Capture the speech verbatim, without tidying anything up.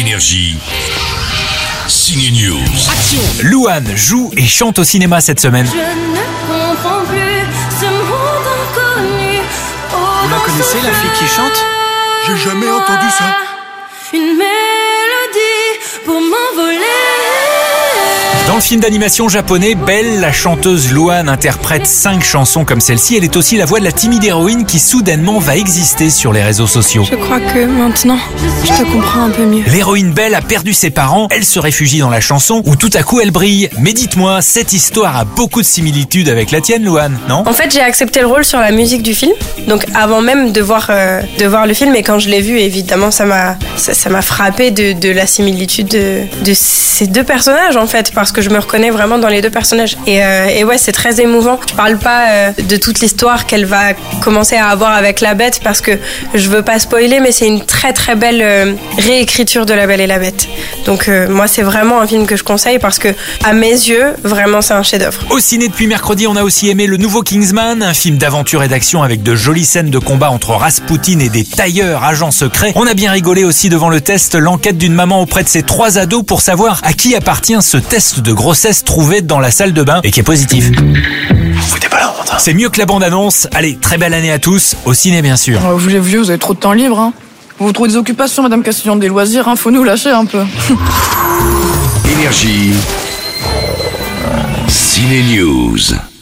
Énergie. Ciné News. Action. Louane joue et chante au cinéma cette semaine. Je ne comprends plus ce monde inconnu. Oh, Vous la connaissez, la fille qui chante? J'ai jamais entendu ça. Une mélodie pour m'envoler. Dans le film d'animation japonais, Belle, la chanteuse Louane interprète cinq chansons comme celle-ci. Elle est aussi la voix de la timide héroïne qui soudainement va exister sur les réseaux sociaux. Je crois que maintenant, je te comprends un peu mieux. L'héroïne Belle a perdu ses parents, elle se réfugie dans la chanson où tout à coup elle brille. Mais dites-moi, cette histoire a beaucoup de similitudes avec la tienne, Louane, non? En fait, j'ai accepté le rôle sur la musique du film, donc avant même de voir euh, de voir le film. Et quand je l'ai vu, évidemment, ça m'a ça, ça m'a frappé de, de la similitude de, de ces deux personnages en fait, parce que je me reconnais vraiment dans les deux personnages. Et, euh, et ouais, c'est très émouvant. Je parle pas euh, de toute l'histoire qu'elle va commencer à avoir avec la Bête parce que je veux pas spoiler, mais c'est une très très belle euh, réécriture de La Belle et la Bête. Donc euh, moi, c'est vraiment un film que je conseille parce que à mes yeux, vraiment, c'est un chef-d'œuvre. Au ciné depuis mercredi, on a aussi aimé le nouveau Kingsman, un film d'aventure et d'action avec de jolies scènes de combat entre Rasputin et des tailleurs agents secrets. On a bien rigolé aussi devant le test, l'enquête d'une maman auprès de ses trois ados pour savoir à qui appartient ce test de grossesse trouvé dans la salle de bain et qui est positif. Vous n'êtes pas là, Valentin. C'est mieux que la bande-annonce. Allez, très belle année à tous, au ciné bien sûr. Oh, vous les vieux, vous avez trop de temps libre, hein. Vous trouvez des occupations, Madame Castillon, des loisirs, hein. Faut nous lâcher un peu. Énergie. Ciné News.